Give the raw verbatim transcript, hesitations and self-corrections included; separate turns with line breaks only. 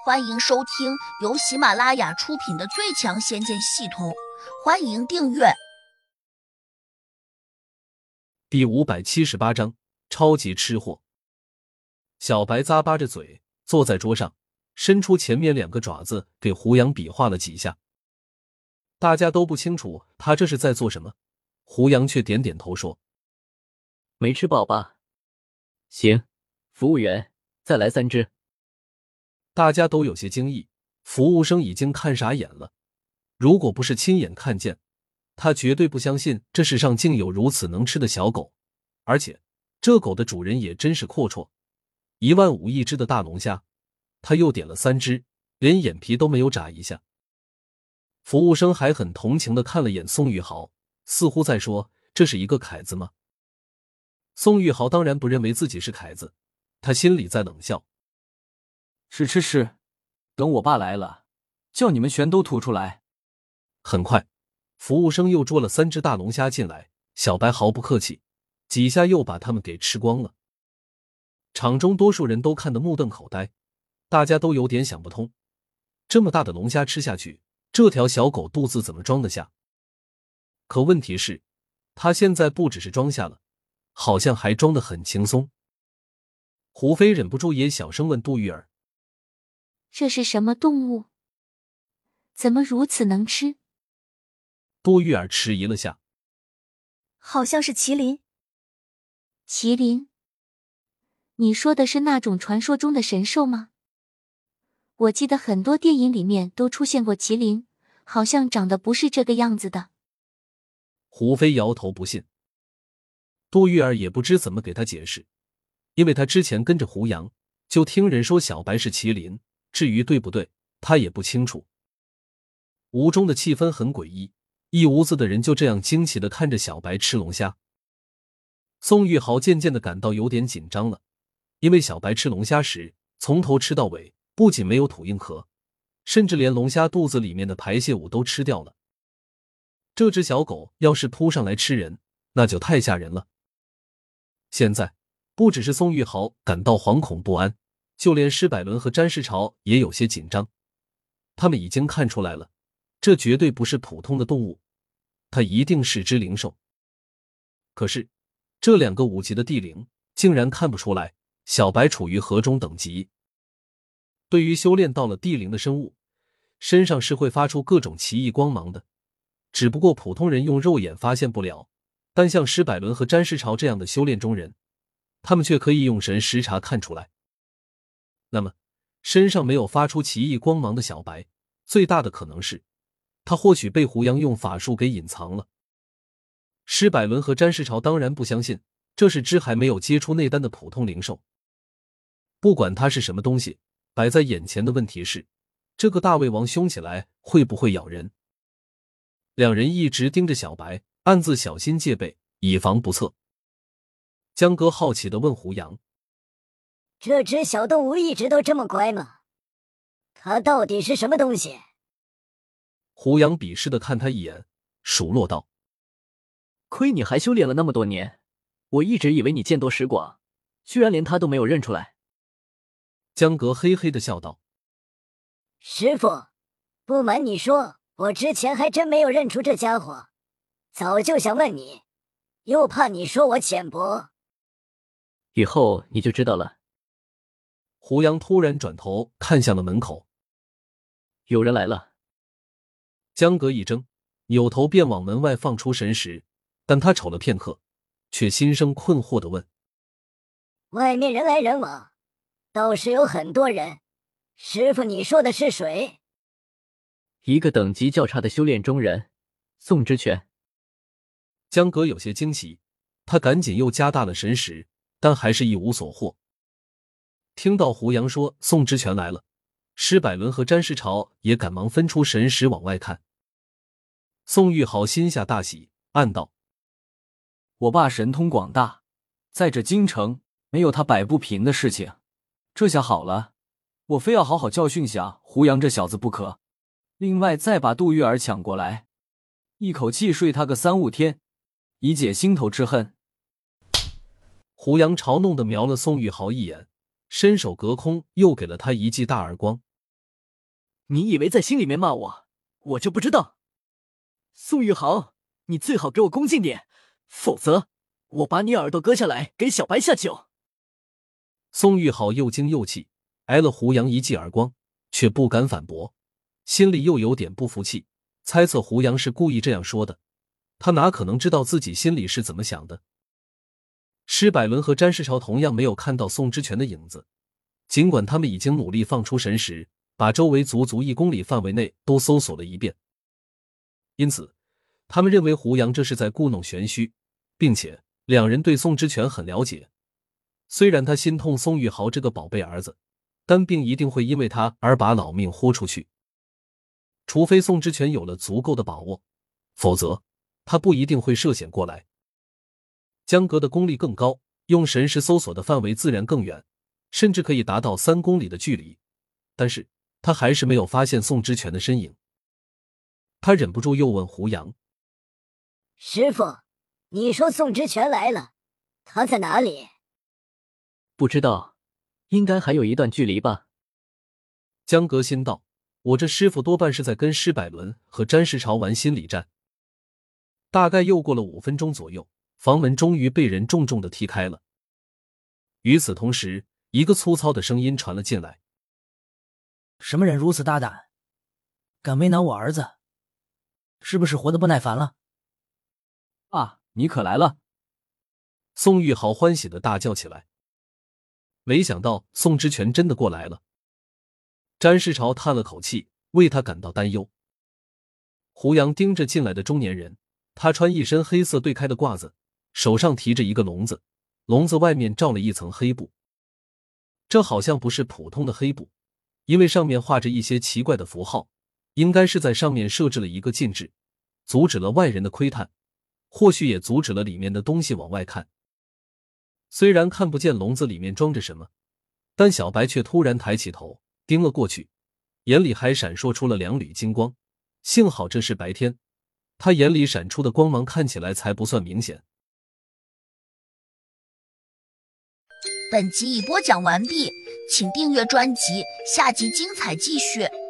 欢迎收听由喜马拉雅出品的《最强仙剑系统》，欢迎订阅。
第五百七十八章超级吃货。小白咂巴着嘴坐在桌上，伸出前面两个爪子给胡杨比划了几下。大家都不清楚他这是在做什么，胡杨却点点头说：
没吃饱吧？行，服务员，再来三只。
大家都有些惊异，服务生已经看傻眼了。如果不是亲眼看见，他绝对不相信这世上竟有如此能吃的小狗，而且这狗的主人也真是阔绰，一万五一只的大龙虾，他又点了三只，连眼皮都没有眨一下。服务生还很同情地看了眼宋玉豪，似乎在说这是一个凯子吗？宋玉豪当然不认为自己是凯子，他心里在冷笑。
是吃吃，等我爸来了，叫你们全都吐出来。
很快，服务生又捉了三只大龙虾进来，小白毫不客气，几下又把它们给吃光了。场中多数人都看得目瞪口呆，大家都有点想不通，这么大的龙虾吃下去，这条小狗肚子怎么装得下？可问题是，它现在不只是装下了，好像还装得很轻松。胡飞忍不住也小声问杜玉儿：
这是什么动物？怎么如此能吃？
杜玉儿迟疑了下，
好像是麒麟。
麒麟？你说的是那种传说中的神兽吗？我记得很多电影里面都出现过麒麟，好像长得不是这个样子的。
胡飞摇头不信。杜玉儿也不知怎么给他解释，因为他之前跟着胡杨，就听人说小白是麒麟，至于对不对，他也不清楚。屋中的气氛很诡异，一屋子的人就这样惊奇地看着小白吃龙虾。宋玉豪渐渐地感到有点紧张了，因为小白吃龙虾时，从头吃到尾，不仅没有吐硬壳，甚至连龙虾肚子里面的排泄物都吃掉了。这只小狗要是扑上来吃人，那就太吓人了。现在，不只是宋玉豪感到惶恐不安，就连施百伦和詹世朝也有些紧张。他们已经看出来了，这绝对不是普通的动物，它一定是只灵兽。可是，这两个五级的地灵竟然看不出来小白处于何种等级。对于修炼到了地灵的生物，身上是会发出各种奇异光芒的，只不过普通人用肉眼发现不了，但像施百伦和詹世朝这样的修炼中人，他们却可以用神识察看出来。那么，身上没有发出奇异光芒的小白，最大的可能是他或许被胡杨用法术给隐藏了。施百伦和詹世朝当然不相信这是只还没有接触内丹的普通灵兽。不管它是什么东西，摆在眼前的问题是，这个大胃王凶起来会不会咬人？两人一直盯着小白，暗自小心戒备，以防不测。江哥好奇地问胡杨：
这只小动物一直都这么乖吗？它到底是什么东西？
胡杨鄙视地看他一眼，数落道：
亏你还修炼了那么多年，我一直以为你见多识广，居然连他都没有认出来。
江哥嘿嘿地笑道：
师傅，不瞒你说，我之前还真没有认出这家伙，早就想问你，又怕你说我浅薄。
以后你就知道了。
胡杨突然转头看向了门口，
有人来了。
江阁一怔，扭头便往门外放出神识，但他瞅了片刻，却心生困惑地问：
外面人来人往，倒是有很多人，师傅你说的是谁？
一个等级较差的修炼中人，宋之权。
江阁有些惊奇，他赶紧又加大了神识，但还是一无所获。听到胡杨说宋之权来了，施百伦和詹世朝也赶忙分出神识往外看。宋玉豪心下大喜，暗道：
我爸神通广大，在这京城没有他摆不平的事情，这下好了，我非要好好教训下胡杨这小子不可。另外再把杜玉儿抢过来，一口气睡他个三五天，以解心头之恨。
胡杨嘲弄地瞄了宋玉豪一眼，伸手隔空又给了他一记大耳光，
你以为在心里面骂我，我就不知道？宋玉豪，你最好给我恭敬点，否则我把你耳朵割下来给小白下酒。
宋玉豪又惊又气，挨了胡杨一记耳光，却不敢反驳，心里又有点不服气，猜测胡杨是故意这样说的，他哪可能知道自己心里是怎么想的。施百伦和詹世超同样没有看到宋之权的影子，尽管他们已经努力放出神识，把周围足足一公里范围内都搜索了一遍，因此他们认为胡杨这是在故弄玄虚，并且两人对宋之权很了解，虽然他心痛宋玉豪这个宝贝儿子，但并一定会因为他而把老命豁出去。除非宋之权有了足够的把握，否则他不一定会涉险过来。江格的功力更高，用神识搜索的范围自然更远，甚至可以达到三公里的距离，但是他还是没有发现宋之权的身影。他忍不住又问胡杨：
师傅，你说宋之权来了，他在哪里？
不知道，应该还有一段距离吧。
江格心道，我这师傅多半是在跟施百伦和詹世朝玩心理战。大概又过了五分钟左右，房门终于被人重重地踢开了。与此同时，一个粗糙的声音传了进来：
什么人如此大胆，敢为难我儿子？是不是活得不耐烦了？
啊，你可来了！
宋玉豪欢喜地大叫起来。没想到宋之权真的过来了。詹世朝叹了口气，为他感到担忧。胡杨盯着进来的中年人，他穿一身黑色对开的褂子，手上提着一个笼子，笼子外面罩了一层黑布。这好像不是普通的黑布，因为上面画着一些奇怪的符号，应该是在上面设置了一个禁制，阻止了外人的窥探，或许也阻止了里面的东西往外看。虽然看不见笼子里面装着什么，但小白却突然抬起头盯了过去，眼里还闪烁出了两缕金光，幸好这是白天，他眼里闪出的光芒看起来才不算明显。
本集已播讲完毕，请订阅专辑，下集精彩继续。